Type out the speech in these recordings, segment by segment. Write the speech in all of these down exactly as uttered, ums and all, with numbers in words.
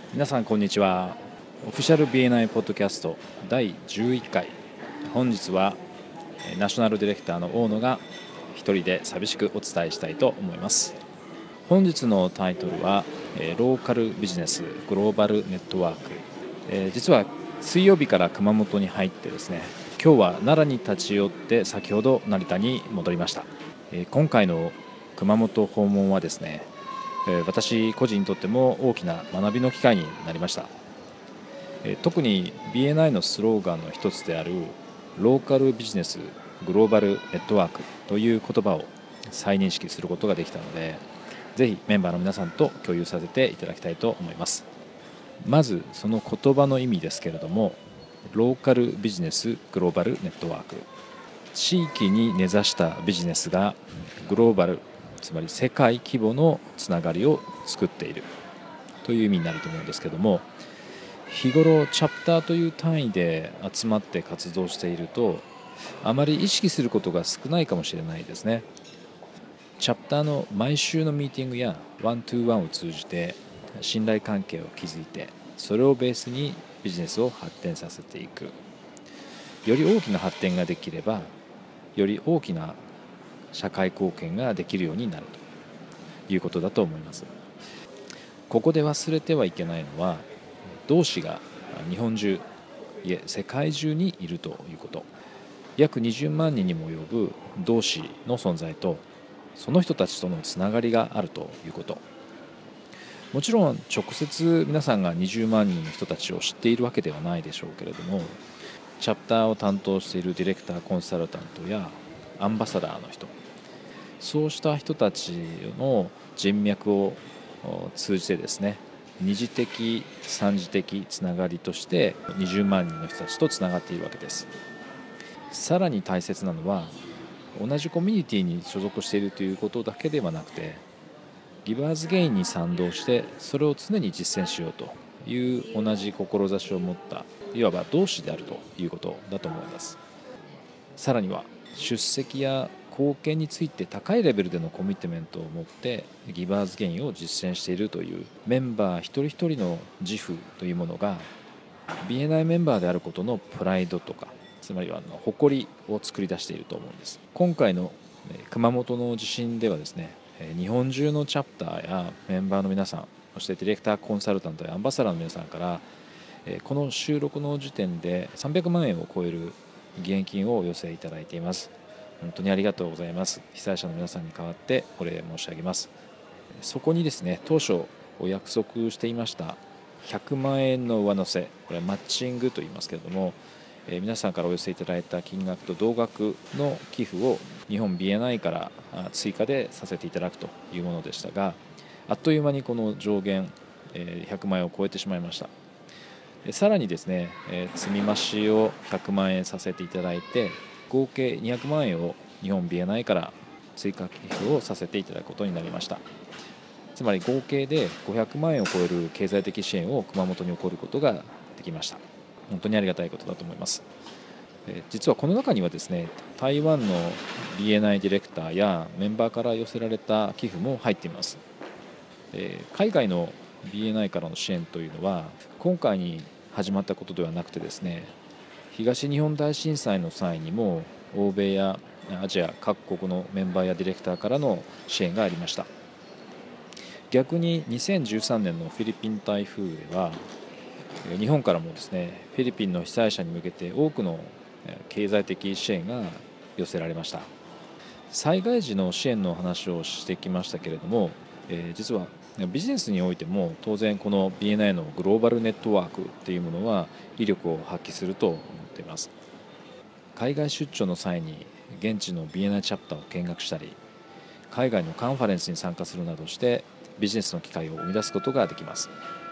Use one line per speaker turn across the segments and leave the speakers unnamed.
皆さんこんにちは。オフィシャル ビーエヌアイ ポッドキャストだいじゅういっかい、本日はナショナルディレクターの大野が一人で寂しくお伝えしたいと思います。本日のタイトルはローカルビジネスグローバルネットワーク。実は水曜日から熊本に入ってですね、今日は奈良に立ち寄って先ほど成田に戻りました。今回の熊本訪問はですね、私個人にとっても大きな学びの機会になりました。特に ビーエヌアイ のスローガンの一つであるローカルビジネスグローバルネットワークという言葉を再認識することができたので、ぜひメンバーの皆さんと共有させていただきたいと思います。まずその言葉の意味ですけれども、ローカルビジネスグローバルネットワーク、地域に根ざしたビジネスがグローバル、つまり世界規模のつながりを作っているという意味になると思うんですけども、日頃チャプターという単位で集まって活動しているとあまり意識することが少ないかもしれないですね。チャプターの毎週のミーティングやワントゥーワンを通じて信頼関係を築いて、それをベースにビジネスを発展させていく。より大きな発展ができればより大きな社会貢献ができるようになるということだと思います。ここで忘れてはいけないのは、同志が日本中、いえ世界中にいるということ。約にじゅうまんにんにも及ぶ同志の存在と、その人たちとのつながりがあるということ。もちろん直接皆さんがにじゅうまんにんの人たちを知っているわけではないでしょうけれども、チャプターを担当しているディレクターコンサルタントやアンバサダーの人、そうした人たちの人脈を通じてですね、二次的三次的つながりとしてにじゅうまんにんの人たちとつながっているわけです。さらに大切なのは、同じコミュニティに所属しているということだけではなくて、ギバーズゲインに賛同してそれを常に実践しようという同じ志を持ったいわば同志であるということだと思います。さらには出席や貢献について高いレベルでのコミットメントを持ってギバーズゲインを実践しているというメンバー一人一人の自負というものが ビーエヌアイ メンバーであることのプライドとか、つまりはあの誇りを作り出していると思うんです。今回の熊本の地震ではですね、日本中のチャプターやメンバーの皆さん、そしてディレクターコンサルタントやアンバサダーの皆さんからこの収録の時点でさんびゃくまんえんを超える義援金をお寄せいただいています。本当にありがとうございます。被災者の皆さんに代わってお礼申し上げます。そこにですね、当初お約束していましたひゃくまんえんの上乗せ、これはマッチングと言いますけれども、えー、皆さんからお寄せいただいた金額と同額の寄付を日本 ビーエヌアイ から追加でさせていただくというものでしたが、あっという間にこの上限ひゃくまんえんを超えてしまいました。さらにですね、積み増しをひゃくまんえんさせていただいて、合計にひゃくまんえんを日本 ビーエヌアイ から追加寄付をさせていただくことになりました。つまり合計でごひゃくまんえんを超える経済的支援を熊本に起こることができました。本当にありがたいことだと思います。実はこの中にはですね、台湾の ビーエヌアイ ディレクターやメンバーから寄せられた寄付も入っています。海外の ビーエヌアイ からの支援というのは今回に始まったことではなくてですね、東日本大震災の際にも欧米やアジア各国のメンバーやディレクターからの支援がありました。逆ににせんじゅうさんねんのフィリピン台風では日本からもですね、フィリピンの被災者に向けて多くの経済的支援が寄せられました。災害時の支援の話をしてきましたけれども、えー、実はビジネスにおいても当然この ビーエヌアイ のグローバルネットワークというものは威力を発揮すると思っています。海外出張の際に現地の ビーエヌアイ チャプターを見学したり、海外のカンファレンスに参加するなどしてビジネスの機会を生み出すことができます。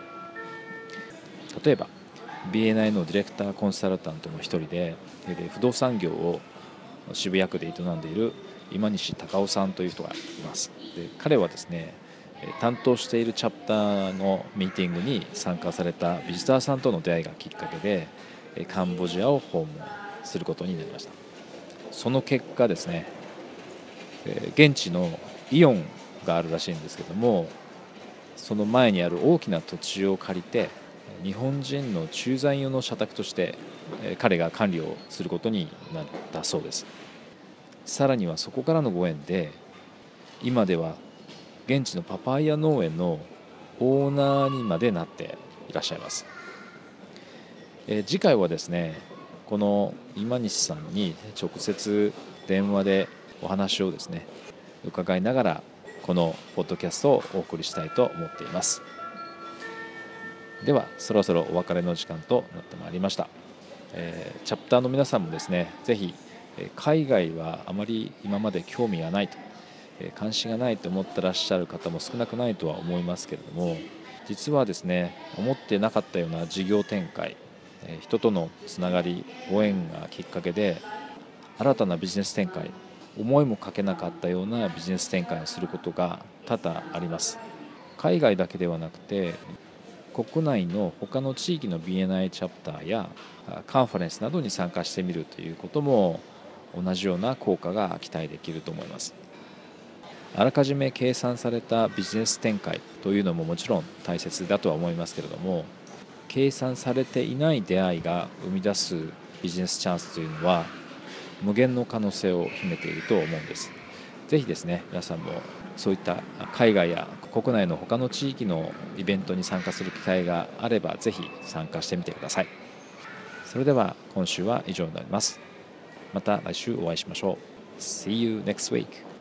例えば ビーエヌアイ のディレクターコンサルタントの一人で不動産業を渋谷区で営んでいる今西隆夫さんという人がいます。で彼はですね、担当しているチャプターのミーティングに参加されたビジターさんとの出会いがきっかけでカンボジアを訪問することになりました。その結果ですね、現地のイオンがあるらしいんですけども、 その前にある大きな土地を借りて日本人の駐在用の社宅として彼が管理をすることになったそうです。さらにはそこからのご縁で今では現地のパパイヤ農園のオーナーにまでなっていらっしゃいます。えー、次回はですねこの今西さんに直接電話でお話をですね伺いながらこのポッドキャストをお送りしたいと思っています。ではそろそろお別れの時間となってまいりました。えー、チャプターの皆さんもですねぜひ海外はあまり今まで興味がないと関心がないと思ってらっしゃる方も少なくないとは思いますけれども、実はですね思ってなかったような事業展開、人とのつながりご縁がきっかけで新たなビジネス展開、思いもかけなかったようなビジネス展開をすることが多々あります。海外だけではなくて国内の他の地域の ビーエヌアイ チャプターやカンファレンスなどに参加してみるということも同じような効果が期待できると思います。あらかじめ計算されたビジネス展開というのももちろん大切だとは思いますけれども、計算されていない出会いが生み出すビジネスチャンスというのは無限の可能性を秘めていると思うんです。ぜひですね皆さんもそういった海外や国内の他の地域のイベントに参加する機会があればぜひ参加してみてください。それでは今週は以上になります。また来週お会いしましょう。See you next week.